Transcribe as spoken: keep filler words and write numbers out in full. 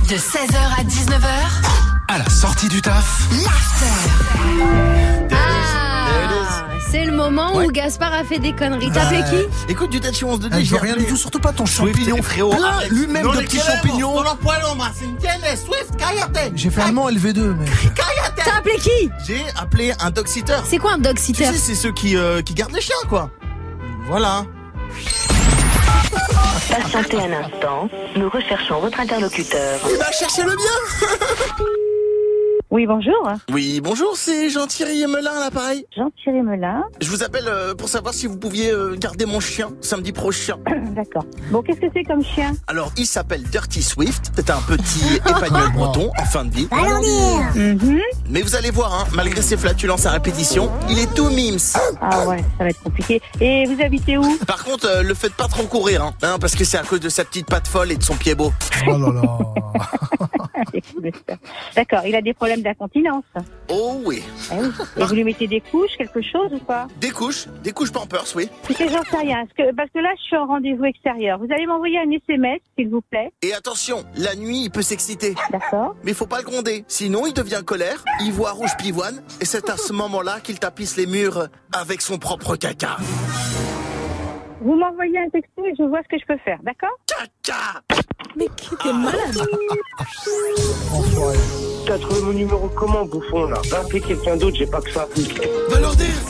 De seize heures à dix-neuf heures, À la sortie du taf, l'after. Ah, c'est le moment Ouais. où Gaspard a fait des conneries. T'as appelé qui? Écoute, du Tachi, on se ah, dit, je veux rien du tout, surtout pas ton champignon, frérot. Plein Arrête. lui-même No de le petits queremos, champignons. no lo puedo más, ¿entiendes? Swift, cállate. J'ai fait allemand L V deux, mais. Cállate. T'as appelé qui? J'ai appelé un dog sitter. C'est quoi un dog Tu sitter? sais, c'est ceux qui, euh, qui gardent les chiens, quoi. Voilà. Patientez un instant, nous recherchons votre interlocuteur. Eh ben, cherchez-le bien. Oui, bonjour. Oui, bonjour, c'est Jean-Thierry Emelin à l'appareil. Jean-Thierry Melin. Je vous appelle euh, pour savoir si vous pouviez euh, garder mon chien samedi prochain. D'accord. Bon, qu'est-ce que c'est comme chien? Alors, il s'appelle Dirty Swift. C'est un petit épagnol breton en fin de vie. Mhm. Mais vous allez voir, hein, malgré ses flatulences à répétition, il est tout mims. Ah ouais, ça va être compliqué. Et vous habitez où? Par contre, euh, le faites pas trop courir, hein, hein, parce que c'est à cause de sa petite patte folle et de son pied beau. Oh là là. C'est cool, ça. D'accord, il a des problèmes d'incontinence. Oh oui. Ah oui. Et vous lui mettez des couches, quelque chose ou pas? Des couches, des couches Pampers, oui. Écoutez, j'en sais rien. Parce que, parce que là, je suis en rendez-vous extérieur. Vous allez m'envoyer un S M S, s'il vous plaît. Et attention, la nuit, il peut s'exciter. D'accord. Mais il faut pas le gronder, sinon il devient colère, il voit rouge pivoine, et c'est à ce moment-là qu'il tapisse les murs avec son propre caca. Vous m'envoyez un texto et je vois ce que je peux faire. D'accord? Caca! Mais qui t'es malade? Enfoiré. T'as trouvé mon numéro comment, bouffon, là? Va appeler quelqu'un d'autre, j'ai pas que ça. Va leur dire!